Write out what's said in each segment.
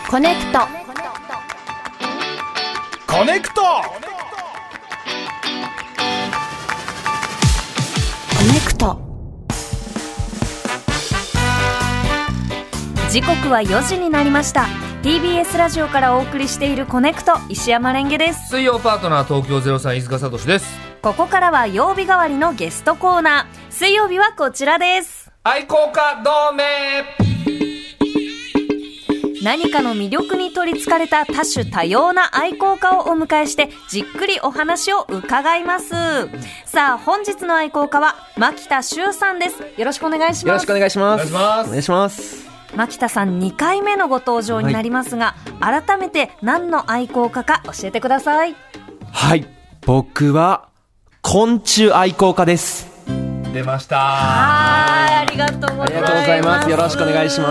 コネクトコネクトコネクト。時刻は4時になりました。 TBS ラジオからお送りしているコネクト、石山レンゲです。 水曜パートナー東京03飯塚聡です。 ここからは曜日代わりのゲストコーナー。水曜日はこちらです。 愛好家同盟。 何かの魅力に取りつかれた多種多様な愛好家をお迎えしてじっくりお話を伺います。さあ、本日の愛好家は牧田修さんです。よろしくお願いします。 よろしくお願いします。 お願いします。 お願いします。 牧田さん2回目のご登場になりますが、改めて何の愛好家か教えてください。 はい、僕は昆虫愛好家です。 出ました。 はい、ありがとうございます。 ありがとうございます。よろしくお願いします。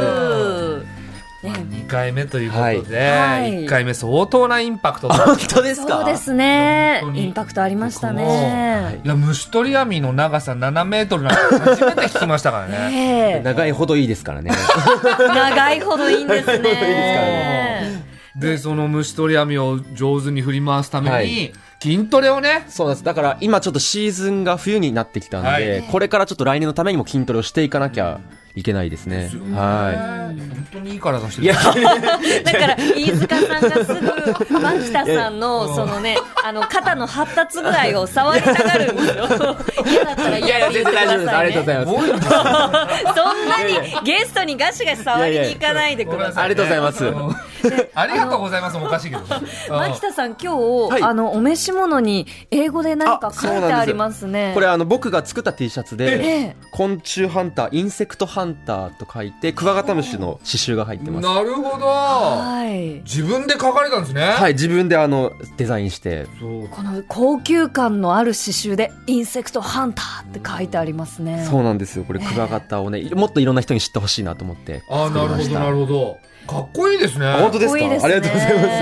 2回目ということで、 はい 1回目相当なインパクトだ。 本当ですか？ そうですね、 本当にインパクトありましたね。 いや、虫取り網の長さ7メートルなんて初めて聞きましたからね。 長いほどいいですからね。 長いほどいいんですね。 長いほどいいですからね。 で、その虫取り網を上手に振り回すために、 はい、 筋トレをね。 そうです。だから今ちょっとシーズンが冬になってきたので、 はい、 これからちょっと来年のためにも筋トレをしていかなきゃいけないですね。は本当にいい体してい。いる。 や、 だから飯塚さんがすぐ牧田さんのそのね、肩の発達ぐらいを触りたがるんですよ。嫌だったら嫌って言ってくださいね。 ありがとうございます。 すごいんですよ。 そんなにゲストにガシガシ触りに行かないでください。 ありがとうございます。 ありがとうございますもおかしいけどね。 牧田さん、今日、 はい、 お召し物に英語で何か書いてありますね。 これ僕が作った T シャツで、昆虫ハンター、インセクトハンターと書いてクワガタムシの刺繍が入ってます。 なるほど、 はい、 自分で書かれたんですね。 はい、自分でデザインして。 そう、 この高級感のある刺繍でインセクトハンターって書いてありますね。 そうなんですよ。これクワガタをね、もっといろんな人に知ってほしいなと思って作りました。 なるほど。かっこいいですね。 本当ですか？ かっこいいですね。 ありがとうございます。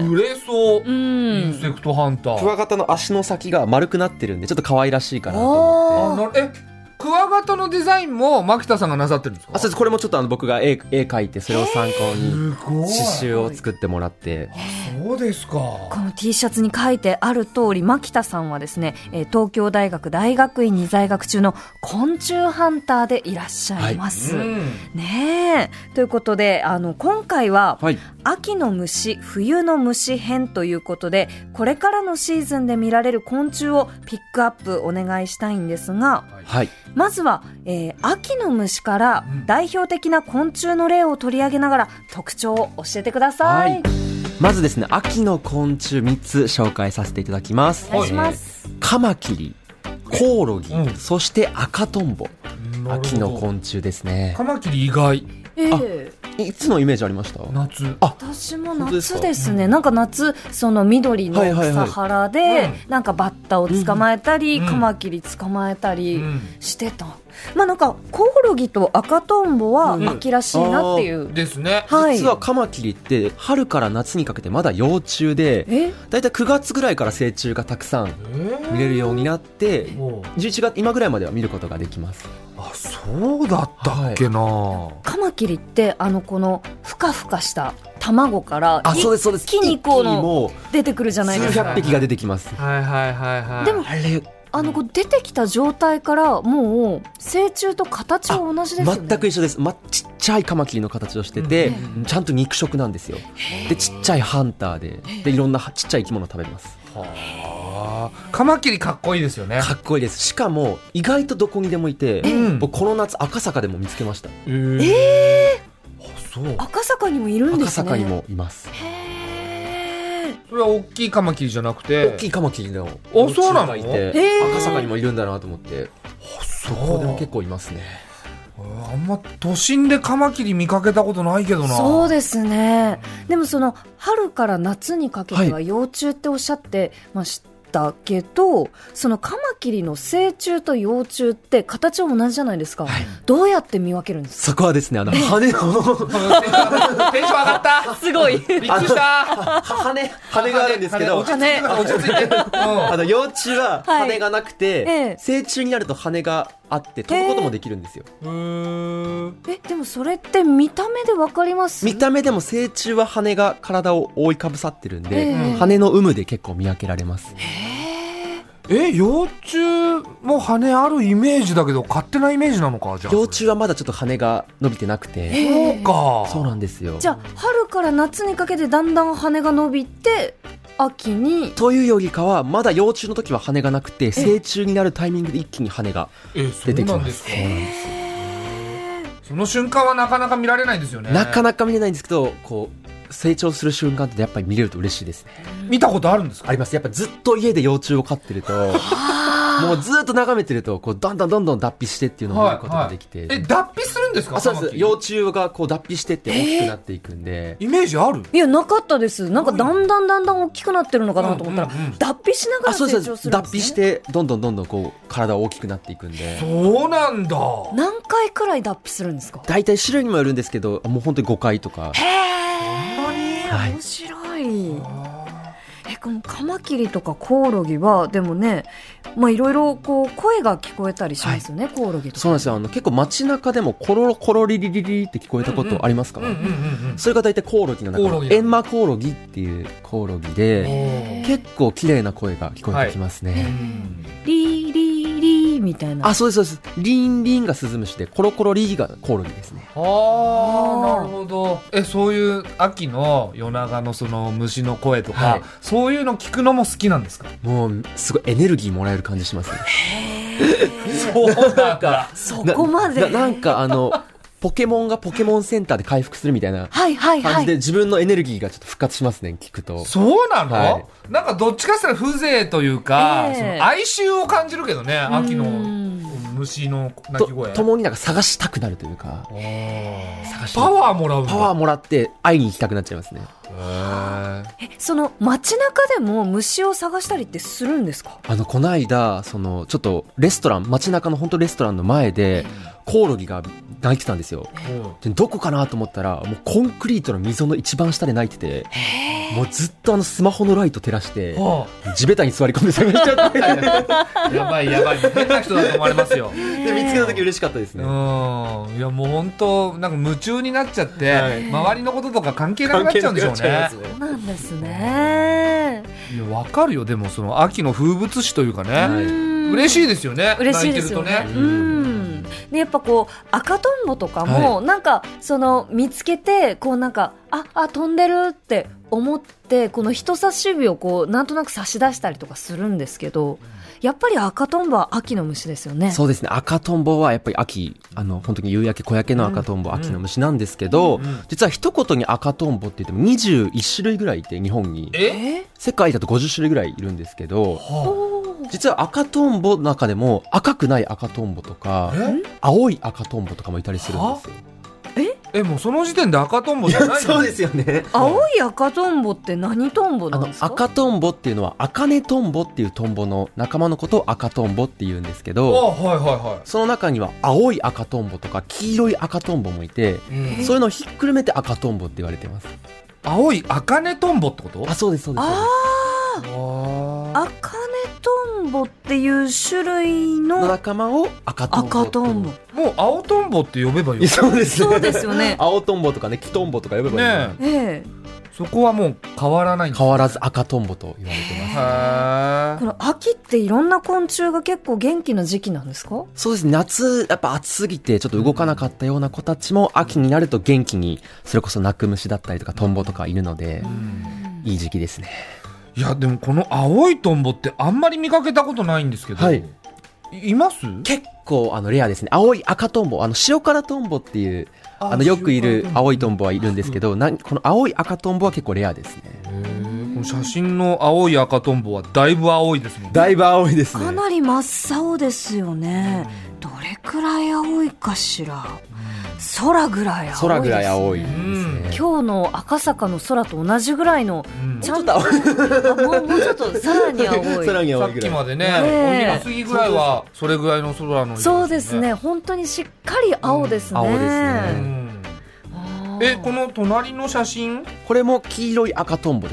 売れそう、 インセクトハンター。 クワガタの足の先が丸くなってるんでちょっと可愛らしいかなと思って。 クワガタのデザインも牧田さんがなさってるんですか？ そうです。これもちょっと僕が絵描いてそれを参考に刺繍を作ってもらって。 そうですか。 この T シャツに書いてある通り、牧田さんはですね、東京大学大学院に在学中の昆虫ハンターでいらっしゃいます、 はい、 ねえ。ということで今回は、 はい、 秋の虫冬の虫編ということで、これからのシーズンで見られる昆虫をピックアップお願いしたいんですが、 はい、 まずは、秋の虫から代表的な昆虫の例を取り上げながら特徴を教えてください。 はい、まずですね、秋の昆虫3つ紹介させていただきます。 お願いします。 カマキリ、コオロギ、そして赤トンボ。秋の昆虫ですね。 カマキリ意外。 いつのイメージありました？ 夏。 私も夏ですね。なんか夏、その緑の草原で、なんかバッタを捕まえたり、カマキリ捕まえたりしてた。まあなんかコオロギと赤トンボは秋らしいなっていう、 ですね。 実はカマキリって春から夏にかけてまだ幼虫で、だいたい9月ぐらいから成虫がたくさん見れるようになって、11月今ぐらいまでは見ることができます。 あ、そうだったっけな。 カマキリってこのふかふかした卵から一気にこう出てくるじゃないですか。 数百匹が出てききます。 でも出てきた状態からもう成虫と形は同じですよね。 全く一緒です。ちっちゃいカマキリの形をしてて、ちゃんと肉食なんですよ。でちっちゃいハンターでいろんなちっちゃい生き物を食べます。 カマキリかっこいいですよね。 かっこいいです。しかも意外とどこにでもいて、僕この夏赤坂でも見つけました。 そう、 赤坂にもいるんですね。 赤坂にもいます。 それは大きいカマキリじゃなくて、 大きいカマキリのそうなの？ 赤坂にもいるんだなと思って、そこでも結構いますね。 あんま都心でカマキリ見かけたことないけどな。 そうですね。でもその春から夏にかけては幼虫っておっしゃってましたけど、そのカマキリの成虫と幼虫って形は同じじゃないですか、どうやって見分けるんですか？ そこはですね、羽をテンション上がったすごいびっくりした羽があるんですけど、 落ち着いて幼虫は羽がなくて、成虫になると羽があって飛ぶこともできるんですよ。 でもそれって見た目でわかります？ 見た目でも成虫は羽が体を覆いかぶさってるんで、羽の有無で結構見分けられます。 幼虫も羽あるイメージだけど勝手なイメージなのか。じゃあ幼虫はまだちょっと羽が伸びてなくて。 そうか。 そうなんですよ。 じゃあ春から夏にかけてだんだん羽が伸びて秋にというよりかはまだ幼虫の時は羽がなくて成虫になるタイミングで一気に羽が出てきます。そうなんですか。 その瞬間はなかなか見られないんですよね。 なかなか見れないんですけど、こう成長する瞬間ってやっぱり見れると嬉しいですね。 見たことあるんですか？ あります。やっぱずっと家で幼虫を飼ってるともうずっと眺めてるとこうどんどん脱皮してっていうのを見ることができて、 脱皮するんですか？ そうです。幼虫がこう脱皮してって大きくなっていくんで、 イメージある？ いやなかったです。なんかだんだん大きくなってるのかなと思ったら、脱皮しながら成長するんですね。 脱皮してどんどんこう体大きくなっていくんで。 そうなんだ。 何回くらい脱皮するんですか？ 大体種類にもよるんですけど、もう本当に5回とか。 面白い。このカマキリとかコオロギはでもね、いろいろこう声が聞こえたりしますよね、コオロギとか。 そうなんですよ。結構街中でもコロロコロリリリリって聞こえたことありますか？それが大体コオロギの中のエンマコオロギっていうコオロギで、結構綺麗な声が聞こえてきますね。 リーリーリーみたいな。 そうです。リンリンがスズムシでコロコロリーがコオロギですね。 なるほど。そういう秋の夜長のその虫の声とか、そういうの聞くのも好きなんですか？ もうすごいエネルギーもらえる感じしますね。 そうなんかそこまでなんかポケモンがポケモンセンターで回復するみたいな感じで自分のエネルギーがちょっと復活しますね、聞くと。 そうなの？なんかどっちかって言ったら風情というか、その哀愁を感じるけどね、秋の虫の鳴き声ともになんか探したくなるというか、 パワーもらう。 パワーもらって会いに行きたくなっちゃいますね。 その街中でも虫を探したりってするんですか？ この間ちょっとレストラン、街中の本当レストランの前でコオロギが鳴いてたんですよ。でどこかなと思ったら、もうコンクリートの溝の一番下で鳴いてて、もうずっとスマホのライト照らして地べたに座り込んで探しちゃってやばい変な人だと思われますよ。 で見つけた時嬉しかったですね。 いやもう本当なんか夢中になっちゃって、周りのこととか関係なくなっちゃうんでしょうね。 そうなんですね。 いやわかるよ。でもその秋の風物詩というかね、嬉しいですよね。 嬉しいですよね。でやっぱこう赤とんぼとかも、なんかその見つけてこうなんか飛んでるって思ってこの人差し指をこうなんとなく差し出したりとかするんですけど、やっぱり赤とんぼは秋の虫ですよね。 そうですね。赤とんぼはやっぱり秋、本当に夕焼け小焼けの赤とんぼ、秋の虫なんですけど、実は一言に赤とんぼって言っても21種類ぐらいいて、日本に世界だと50種類ぐらいいるんですけど、実は赤とんぼの中でも赤くない赤とんぼとか青い赤とんぼとかもいたりするんですよ。 もうその時点で赤とんぼじゃないの？ そうですよね。 青い赤とんぼって何とんぼなんですか？ 赤とんぼっていうのはアカネトンボっていうトンボの仲間のことを赤とんぼって言うんですけど、その中には青い赤とんぼとか黄色い赤とんぼもいて、そういうのをひっくるめて赤とんぼって言われてます。 青いアカネトンボってこと？ そうです。 アカネトンボっていう種類の仲間を赤トンボ。 もう青トンボって呼べばいい。 そうですよね。 青トンボとかね、黄トンボとか呼べばいいね。そこはもう変わらないんですか？ 変わらず赤トンボと言われてます。 この秋っていろんな昆虫が結構元気な時期なんですか？ そうですね。夏やっぱ暑すぎてちょっと動かなかったような子たちも秋になると元気に、それこそ鳴く虫だったりとかトンボとかいるので、いい時期ですね。 いやでもこの青いトンボってあんまり見かけたことないんですけど、います？ 結構レアですね。青い赤トンボ、塩辛トンボっていうよくいる青いトンボはいるんですけど、この青い赤トンボは結構レアですね。 この写真の青い赤トンボはだいぶ青いですもんね。 だいぶ青いですね。 かなり真っ青ですよね。どれくらい青いかしら。空ぐらい青いですね。 空ぐらい青いですね。 今日の赤坂の空と同じぐらいの、 ちょっと青いもうちょっとさらに青い。 さらに青いさっきまでね、お昼過ぎぐらいはそれぐらいの空の色ですね。 そうですね。本当にしっかり青ですね。 青ですね。 この隣の写真、 これも黄色い赤トンボです。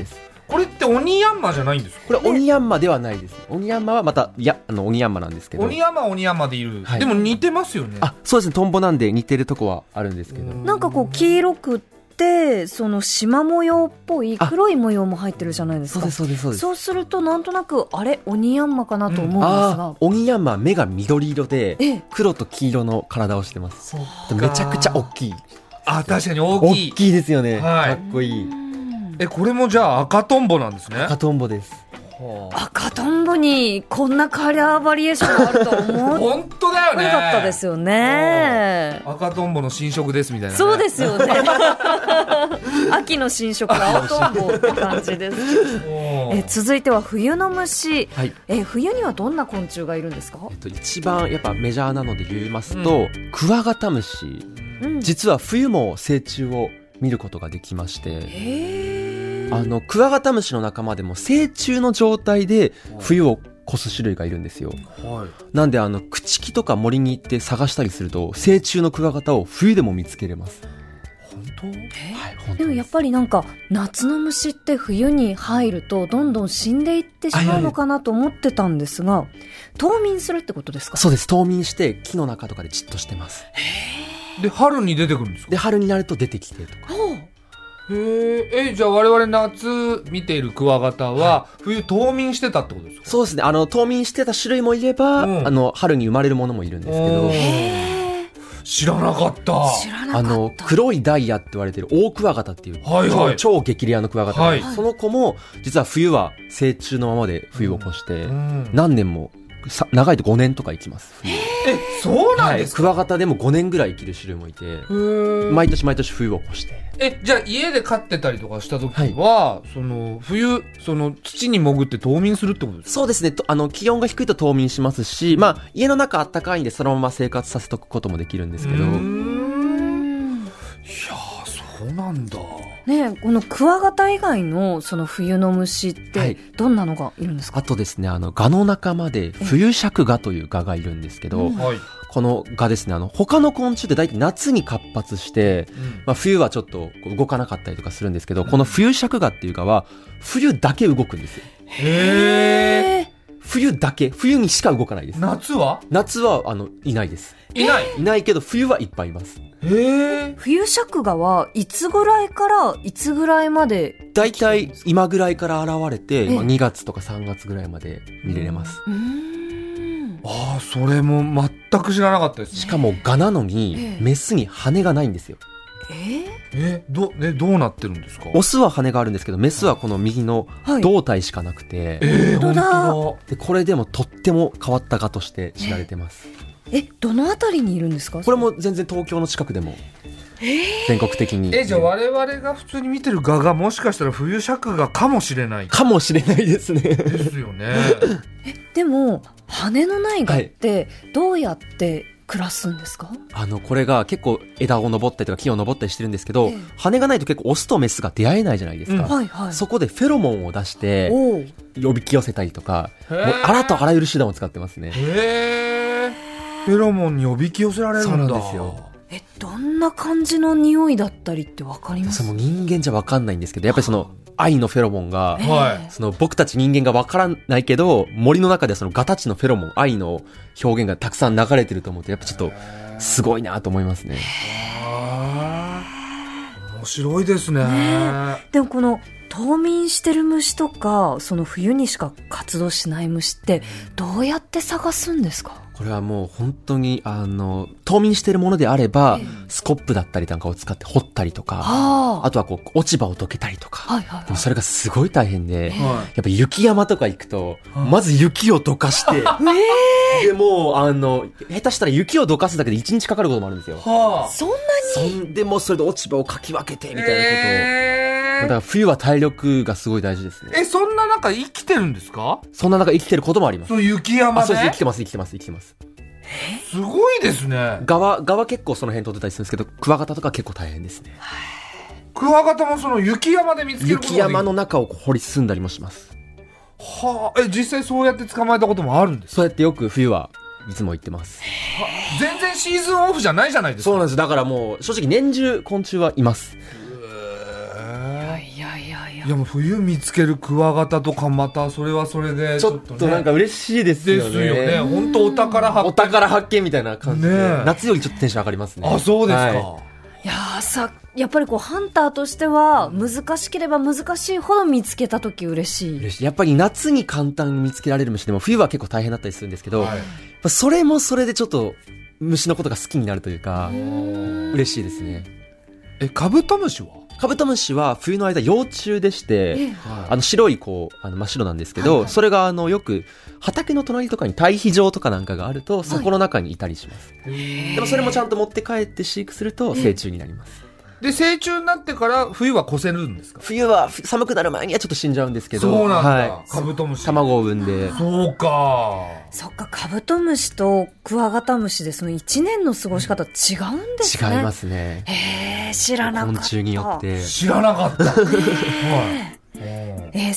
これってオニヤンマじゃないんですか？ これオニヤンマではないです。オニヤンマはまたオニヤンマなんですけど。 オニヤンマでいる、はい、でも似てますよね。 そうですね、トンボなんで似てるとこはあるんですけど、 なんかこう黄色くってその縞模様っぽい黒い模様も入ってるじゃないですか。 そうです。 そうするとなんとなくあれオニヤンマかなと思うんですが、 オニヤンマは目が緑色で黒と黄色の体をしてます。めちゃくちゃ大きい。 確かに大きいですよね、はい、かっこいい。 これもじゃあ赤トンボなんですね。 赤トンボです。 赤トンボにこんなカラーバリエーションがあると思って本当だよね。 なかったですよね。 赤トンボの新色ですみたいな、ね、 そうですよね秋の新色青トンボって感じです続いては冬の虫、はい、冬にはどんな昆虫がいるんですか？ 一番やっぱメジャーなので言いますと、クワガタムシ、実は冬も成虫を見ることができまして、クワガタムシの仲間でも成虫の状態で冬を越す種類がいるんですよ、はい、なんで朽木とか森に行って探したりすると成虫のクワガタを冬でも見つけれます。 本当？ はい、本当でもやっぱりなんか夏の虫って冬に入るとどんどん死んでいってしまうのかなと思ってたんですが、冬眠するってことですか？ そうです、冬眠して木の中とかでじっとしてます。 で春に出てくるんですか？ で春になると出てきてとか。 じゃあ我々夏見ているクワガタは冬冬眠してたってことですか？ そうですね、冬眠してた種類もいれば、春に生まれるものもいるんですけど。 知らなかった。 黒いダイヤって言われてるオオクワガタっていう、超激レアのクワガタ、はい、その子も実は冬は成虫のままで冬を越して、何年も長いと5年とか生きます。 そうなんですか？ クワガタでも5年ぐらい生きる種類もいて、毎年冬を越して。 じゃあ家で飼ってたりとかした時は、その冬土に潜って冬眠するってことですか？ そうですね、気温が低いと冬眠しますし、家の中あったかいんでそのまま生活させとくこともできるんですけど。いやそうなんだね。このクワガタ以外のその冬の虫ってどんなのがいるんですか？ あとですね、ガの仲間で冬尺ガというガがいるんですけど、このガですね、他の昆虫って大体夏に活発して、冬はちょっと動かなかったりとかするんですけど、この冬尺ガっていうガは冬だけ動くんですよ。冬だけ、冬にしか動かないです。 夏は？ 夏はいないです。いないけど冬はいっぱいいます。 冬尺ガはいつぐらいからいつぐらいまで？ だいたい今ぐらいから現れて、2月とか3月ぐらいまで見れます。 それも全く知らなかったですね。 しかもガなのに、メスに羽がないんですよ。 どうなってるんですか？ オスは羽があるんですけど、メスはこの右の胴体しかなくて、 本当だ。 でこれでもとっても変わったガとして知られてます。 どのあたりにいるんですか？ これも全然東京の近くでも全国的に。 じゃあ我々が普通に見てるガがもしかしたら冬尺ガかもしれない。 かもしれないですね。 ですよね。 でも羽のないガってどうやって暮らすんですか？ これが結構枝を登ったりとか木を登ったりしてるんですけど、羽がないと結構オスとメスが出会えないじゃないですか、そこでフェロモンを出して呼び寄せたりとか、もうあらとあらゆる手段を使ってますね。 フェロモンに呼び寄せられるんだ。 そうなんですよ。 どんな感じの匂いだったりって分かります？ その人間じゃ分かんないんですけど、やっぱりその愛のフェロモンが、その僕たち人間が分からないけど森の中ではそのガたちのフェロモン、愛の表現がたくさん流れてると思うと、やっぱちょっとすごいなと思いますね。 面白いですね。 でもこの冬眠してる虫とかその冬にしか活動しない虫ってどうやって探すんですか？ これはもう本当に冬眠してるものであれば、スコップだったりなんかを使って掘ったりとか、あとはこう落ち葉をどけたりとか、でもそれがすごい大変で、やっぱ雪山とか行くと、まず雪をどかして、でも下手したら雪をどかすだけで1日かかることもあるんですよ。 そんなに？でもそれで落ち葉をかき分けてみたいなことを、だから冬は体力がすごい大事ですね。 そんな中生きてるんですか？ そんな中生きてることもあります。 そう雪山で？ そうです、生きてます。 すごいですね。 ガは結構その辺取ってたりするんですけど、クワガタとか結構大変ですね。 クワガタもその雪山で見つけることができる？雪山の中を掘り進んだりもします。 実際そうやって捕まえたこともあるんですか？ そうやってよく冬はいつも行ってます。 全然シーズンオフじゃないじゃないですか。 そうなんです。だからもう正直年中昆虫はいます。 いやいやもう冬見つけるクワガタとかまたそれはそれでちょっとなんか嬉しいですよね。 ですよね。本当お宝発見。 お宝発見みたいな感じで、 ね、 夏よりちょっとテンション上がりますね。 あ、そうですか。はい、 いややっぱりこうハンターとしては難しければ難しいほど見つけたとき嬉しい。 やっぱり夏に簡単に見つけられる虫でも冬は結構大変だったりするんですけど、はい、それもそれでちょっと虫のことが好きになるというか嬉しいですね。 カブトムシは？ カブトムシは冬の間幼虫でして、白い真っ白なんですけど、はいはい、それがよく畑の隣とかに堆肥場とかなんかがあるとそこの中にいたりします、はい、でもそれもちゃんと持って帰って飼育すると成虫になります。 で成虫になってから冬は越せるんですか？ 冬は寒くなる前にはちょっと死んじゃうんですけど。 そうなんだ、 はい、 カブトムシ卵を産んで。 そうか。 そっか、カブトムシとクワガタムシでその1年の過ごし方違うんですね。 違いますね。 知らなかった。 昆虫によって知らなかった、はい、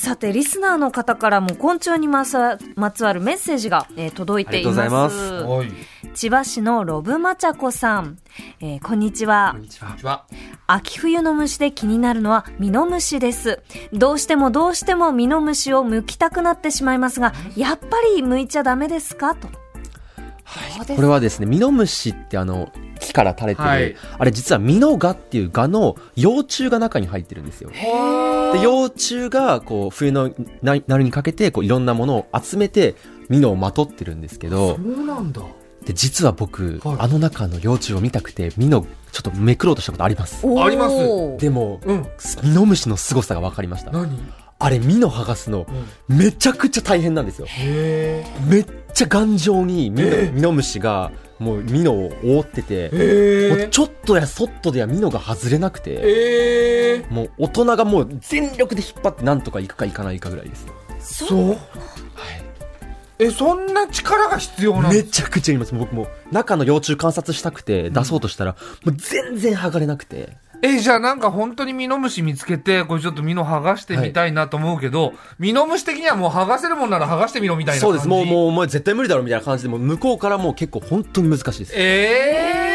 さてリスナーの方からも昆虫にまつわるメッセージが、届いています。ありがとうございます。千葉市のロブマチャコさん、こんにちは。 こんにちは。 秋冬の虫で気になるのはミノムシです。どうしてもミノムシを剥きたくなってしまいますが、やっぱり剥いちゃダメですかと。 はい、これはですね、ミノムシって木から垂れてる、はい、あれ実はミノガっていうガの幼虫が中に入ってるんですよ。で幼虫がこう冬の春にかけてこういろんなものを集めてミノをまとってるんですけど。 そうなんだ。 で実は僕、はい、中の幼虫を見たくてミノちょっとめくろうとしたことあります。 あります。 でも、ミノムシの凄さが分かりました。 何？ あれミノ剥がすの、めちゃくちゃ大変なんですよ。めっちゃ頑丈にミノムシがもうミノを覆ってて、もうちょっとやそっとではミノが外れなくて、もう大人がもう全力で引っ張ってなんとかいくかいかないかぐらいです。 そう。はい。そんな力が必要なんですか？ めちゃくちゃいます。僕も中の幼虫観察したくて出そうとしたら、もう全然剥がれなくて。 じゃあなんか本当にミノムシ見つけてこれちょっとミノ剥がしてみたいなと思うけど、はい、ミノムシ的にはもう剥がせるもんなら剥がしてみろみたいな感じ。 そうです。もう絶対無理だろみたいな感じで、もう向こうからもう結構本当に難しいです。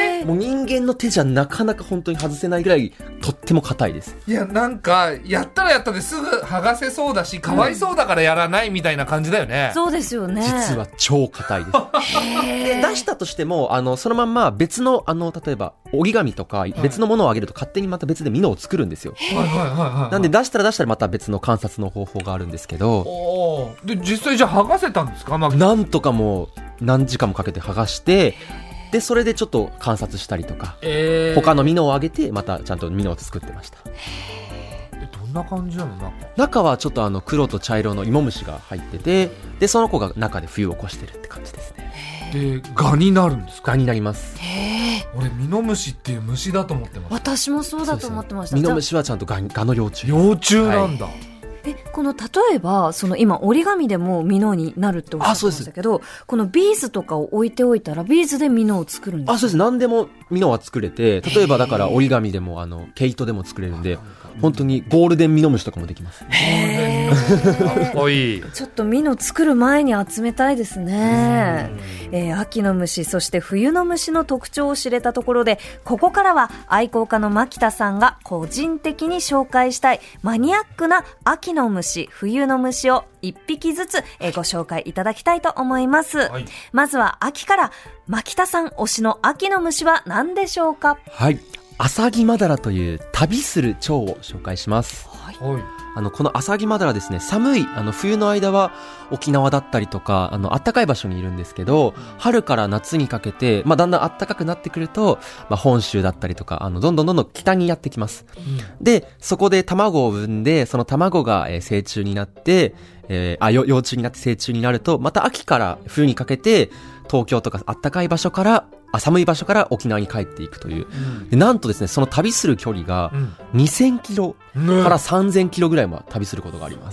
もう人間の手じゃなかなか本当に外せないぐらいとっても硬いです。 いやなんかやったらやったですぐ剥がせそうだし、かわいそうだからやらないみたいな感じだよね。 そうですよね。 実は超硬いですで出したとしてもそのまんま別の例えば折り紙とか別のものをあげると勝手にまた別でミノを作るんですよ。なんで出したらまた別の観察の方法があるんですけど。 で実際じゃあ剥がせたんですか？ なんとかもう何時間もかけて剥がして、でそれでちょっと観察したりとか、他のミノをあげてまたちゃんとミノを作ってました。 どんな感じなの？ 中はちょっと黒と茶色の芋虫が入ってて、でその子が中で冬を越してるって感じですね。 でガになるんですか？ ガになります。 俺ミノムシっていう虫だと思ってました。 私もそうだと思ってました。 ミノムシはちゃんとガの幼虫。 幼虫なんだ。 この例えば今折り紙でもミノになるっておっしゃってましたけど、このビーズとかを置いておいたらビーズでミノを作るんですか？ そうです。何でもミノは作れて、例えばだから折り紙でも毛糸でも作れるんで、本当にゴールデンミノムシとかもできます。かっこいい。 ちょっとミノ作る前に集めたいですね。秋の虫そして冬の虫の特徴を知れたところで、ここからは愛好家の牧田さんが個人的に紹介したいマニアックな秋の虫冬の虫を一匹ずつご紹介いただきたいと思います、はい、まずは秋から牧田さん推しの秋の虫は何でしょうか？ はい、アサギマダラという旅する蝶を紹介します、はい、このアサギマダラですね、寒い冬の間は沖縄だったりとか暖かい場所にいるんですけど、春から夏にかけて、だんだん暖かくなってくると、本州だったりとかどんどん北にやってきます、でそこで卵を産んで、その卵が成虫になって幼虫になって成虫になると、また秋から冬にかけて東京とか暖かい場所から寒い場所から沖縄に帰っていくという、でなんとですね、その旅する距離が2000キロから3000キロぐらいまで旅することがあります。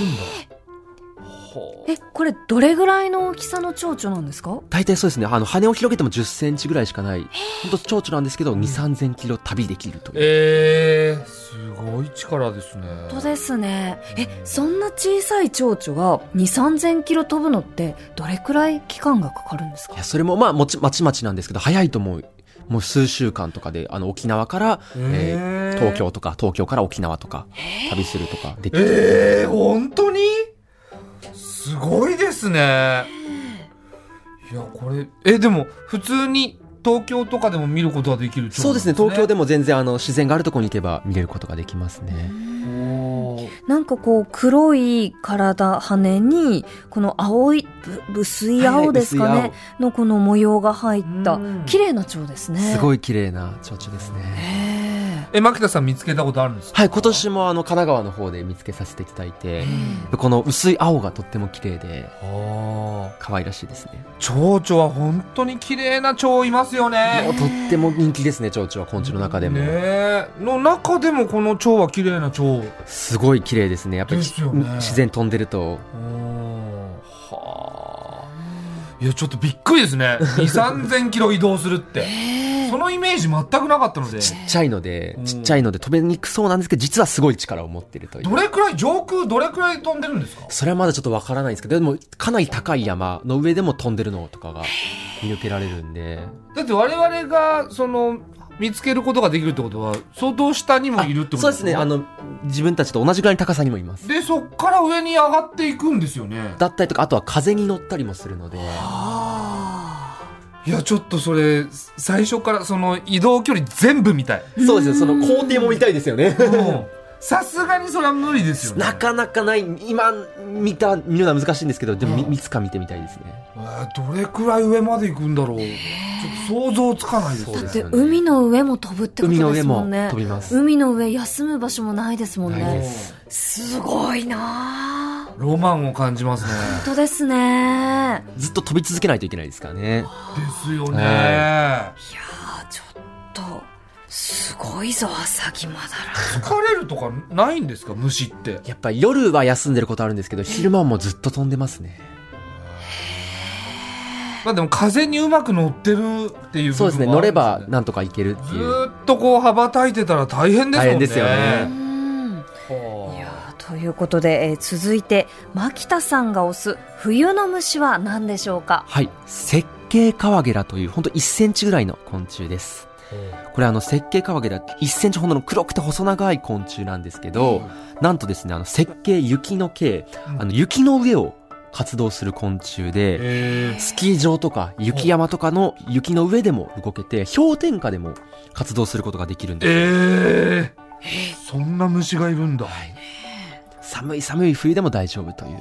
これどれぐらいの大きさの蝶々なんですか？ 大体そうですね、羽を広げても10センチぐらいしかない本当蝶々なんですけど、2、3000キロ旅できるという。 すごい力ですね。 本当ですね。そんな小さい蝶々が2、3000キロ飛ぶのってどれくらい期間がかかるんですか？ いやそれもまちまちなんですけど、早いともう数週間とかで沖縄から、東東京とか東京から沖縄とか旅するとかできる。 本当にすごいですね。いやこれでも普通に東京とかでも見ることはできる。 そうですね、東京でも全然自然があるところに行けば見れることができますね。 なんかこう黒い体羽にこの青い薄い青ですかね、のこの模様が入った綺麗な蝶ですね。 すごい綺麗な蝶々ですね。 牧田さん見つけたことあるんですか？ はい、今年も神奈川の方で見つけさせていただいて、この薄い青がとっても綺麗で可愛らしいですね。 蝶々は本当に綺麗な蝶いますよね。 もうとっても人気ですね、蝶々は昆虫の中でも。 の中でもこの蝶は綺麗な蝶。 すごい綺麗ですね。やっぱり、ね、自然飛んでると。 いやちょっとびっくりですね。2,3000 キロ移動するって。そのイメージ全くなかったので。 ちっちゃいので飛べにくそうなんですけど、実はすごい力を持っているという。 どれくらい上空どれくらい飛んでるんですか？ それはまだちょっとわからないんですけど、でもかなり高い山の上でも飛んでるのとかが見受けられるんで。 だって我々が見つけることができるってことは相当下にもいるってことですか？ そうですね、自分たちと同じぐらいの高さにもいます。 でそっから上に上がっていくんですよね。 だったりとか、あとは風に乗ったりもするので。 いやちょっとそれ最初から移動距離全部見たい。 そうですよ、その工程も見たいですよね。 さすがにそれは無理ですよね。 なかなかない。今見るのは難しいんですけど、でもいつか見てみたいですね。 どれくらい上まで行くんだろう。ちょっと想像つかないです。 だって海の上も飛ぶってことですもんね。 海の上も飛びます。 海の上休む場所もないですもんね。すごいなぁ。 ロマンを感じますね。 本当ですね。 ずっと飛び続けないといけないですからね。 ですよね。いやちょっとすごいぞ、アサギマダラ。 疲れるとかないんですか、虫って？ やっぱり夜は休んでることあるんですけど、昼間はもうずっと飛んでますね。 まあでも風にうまく乗ってるっていう部分もあるんですね。 そうですね、乗ればなんとかいけるっていう。 ずっとこう羽ばたいてたら大変ですもんね。 大変ですよね。 いやということで、続いて牧田さんが推す冬の虫は何でしょうか？ はい、石渓カワゲラという本当1センチぐらいの昆虫です。これ石渓カワゲラって1センチほどの黒くて細長い昆虫なんですけど、なんとですね、石渓雪の渓、雪の上を活動する昆虫で、スキー場とか雪山とかの雪の上でも動けて、氷点下でも活動することができるんです。 そんな虫がいるんだ。 寒い冬でも大丈夫という。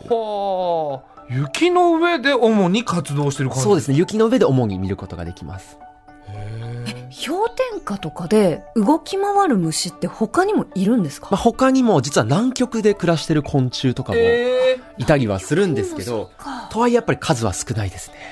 雪の上で主に活動してる感じ？ そうですね、雪の上で主に見ることができます。 氷点下とかで動き回る虫って他にもいるんですか？ 他にも実は南極で暮らしてる昆虫とかもいたりはするんですけど、とはいえやっぱり数は少ないです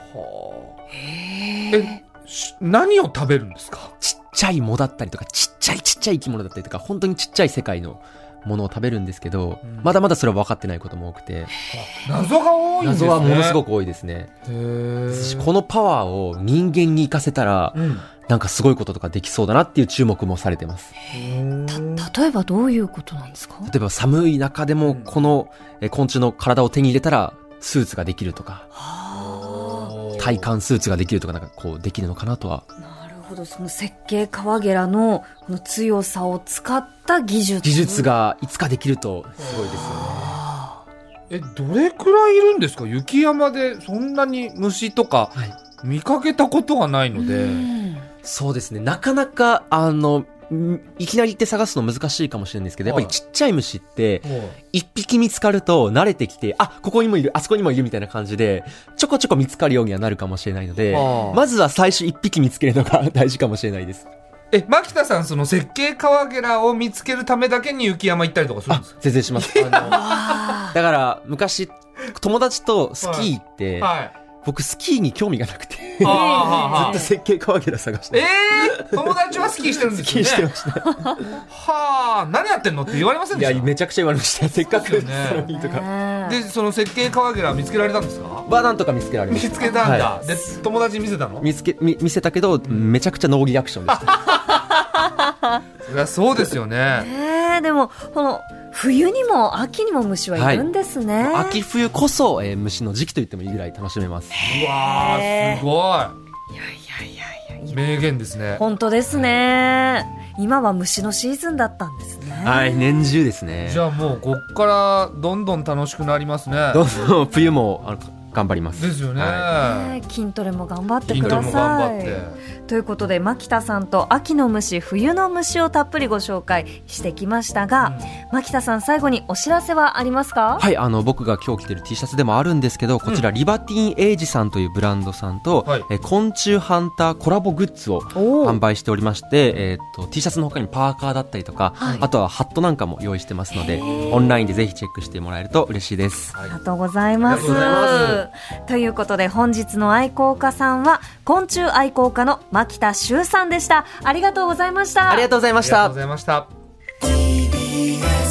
ね。何を食べるんですか？ ちっちゃい藻だったりとか、ちっちゃい生き物だったりとか、本当にちっちゃい世界のものを食べるんですけど、まだまだそれは分かってないことも多くて、 謎が多いんですね。 謎はものすごく多いですね。このパワーを人間に活かせたら、なんかすごいこととかできそうだなっていう注目もされてます。 例えばどういうことなんですか？ 例えば寒い中でもこの昆虫の体を手に入れたらスーツができるとか、体感スーツができるとか、なんかこうできるのかなとは。 なるほど、その石渓カワゲラのこの強さを使った技術がいつかできるとすごいですよね。 どれくらいいるんですか？雪山でそんなに虫とか見かけたことがないので。 そうですね、なかなかいきなり行って探すの難しいかもしれないんですけど、やっぱりちっちゃい虫って一匹見つかると慣れてきて、ここにもいる、あそこにもいるみたいな感じでちょこちょこ見つかるようにはなるかもしれないので、まずは最初一匹見つけるのが大事かもしれないです。 牧田さん、その石渓カワゲラを見つけるためだけに雪山行ったりとかするんですか？ 全然します。だから昔友達とスキー行って、僕スキーに興味がなくてずっと石渓カワゲラ探して、 友達はスキーしてるんですよね。 スキーしてました何やってんのって言われませんでした？ いや、めちゃくちゃ言われました。せっかくね、 とかで、その石渓カワゲラ見つけられたんですか？ なんとか見つけられました。 見つけたんだ、で友達に見せたの？ 見せたけど、めちゃくちゃノーリアクションでしたそりゃそうですよね。 でもこの冬にも秋にも虫はいるんですね。 秋冬こそ、虫の時期と言ってもいいぐらい楽しめます。 うわー、すごい。 名言ですね。 本当ですね。今は虫のシーズンだったんですね。 はい、年中ですね。 じゃあもうこっからどんどん楽しくなりますね。 どんどん冬も頑張ります。 ですよね、 筋トレも頑張ってください。 筋トレも頑張って。 ということで牧田さんと秋の虫冬の虫をたっぷりご紹介してきましたが、牧田さん最後にお知らせはありますか？ はい、僕が今日着てる T シャツでもあるんですけど、こちらリバティーンエイジさんというブランドさんと、昆虫ハンターコラボグッズを販売しておりまして、T シャツの他にパーカーだったりとか、あとはハットなんかも用意してますので、オンラインでぜひチェックしてもらえると嬉しいです。 ありがとうございます。ということで本日の愛好家さんは昆虫愛好家の牧田修さんでした。ありがとうございました。 ありがとうございました。 ありがとうございました。